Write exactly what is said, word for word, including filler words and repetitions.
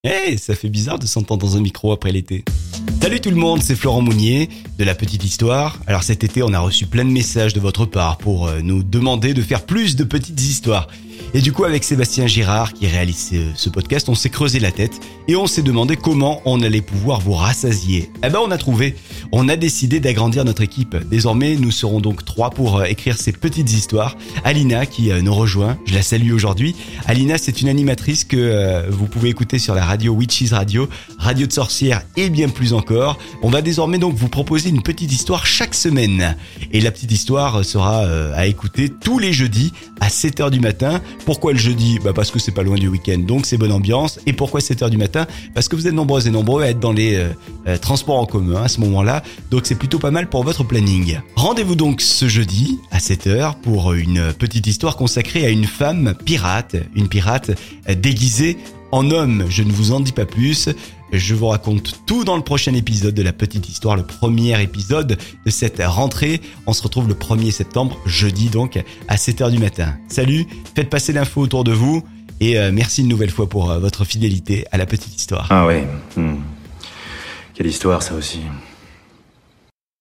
Eh, ça fait bizarre de s'entendre dans un micro après l'été. Salut tout le monde, c'est Florent Mounier de La Petite Histoire. Alors cet été, on a reçu plein de messages de votre part pour euh, nous demander de faire plus de petites histoires. Et du coup, avec Sébastien Girard qui réalise ce, ce podcast, on s'est creusé la tête et on s'est demandé comment on allait pouvoir vous rassasier. Eh ben, on a trouvé. On a décidé d'agrandir notre équipe. Désormais, nous serons donc trois pour euh, écrire ces petites histoires. Alina qui euh, nous rejoint, je la salue aujourd'hui. Alina, c'est une animatrice que euh, vous pouvez écouter sur la radio Witches Radio, radio de sorcières et bien plus encore. On va désormais donc vous proposer une petite histoire chaque semaine. Et la petite histoire sera euh, à écouter tous les jeudis à sept heures du matin. Pourquoi le jeudi ? Bah parce que c'est pas loin du week-end, donc c'est bonne ambiance. Et pourquoi sept heures du matin ? Parce que vous êtes nombreuses et nombreux à être dans les euh, euh, transports en commun à ce moment-là, donc c'est plutôt pas mal pour votre planning. Rendez-vous donc ce jeudi à sept heures pour une petite histoire consacrée à une femme pirate, une pirate euh, déguisée en homme. Je ne vous en dis pas plus. Je vous raconte tout dans le prochain épisode de La Petite Histoire, le premier épisode de cette rentrée. On se retrouve le premier septembre, jeudi donc, à sept heures du matin. Salut, faites passer l'info autour de vous et euh, merci une nouvelle fois pour euh, votre fidélité à La Petite Histoire. Ah ouais, hmm. Quelle histoire ça aussi.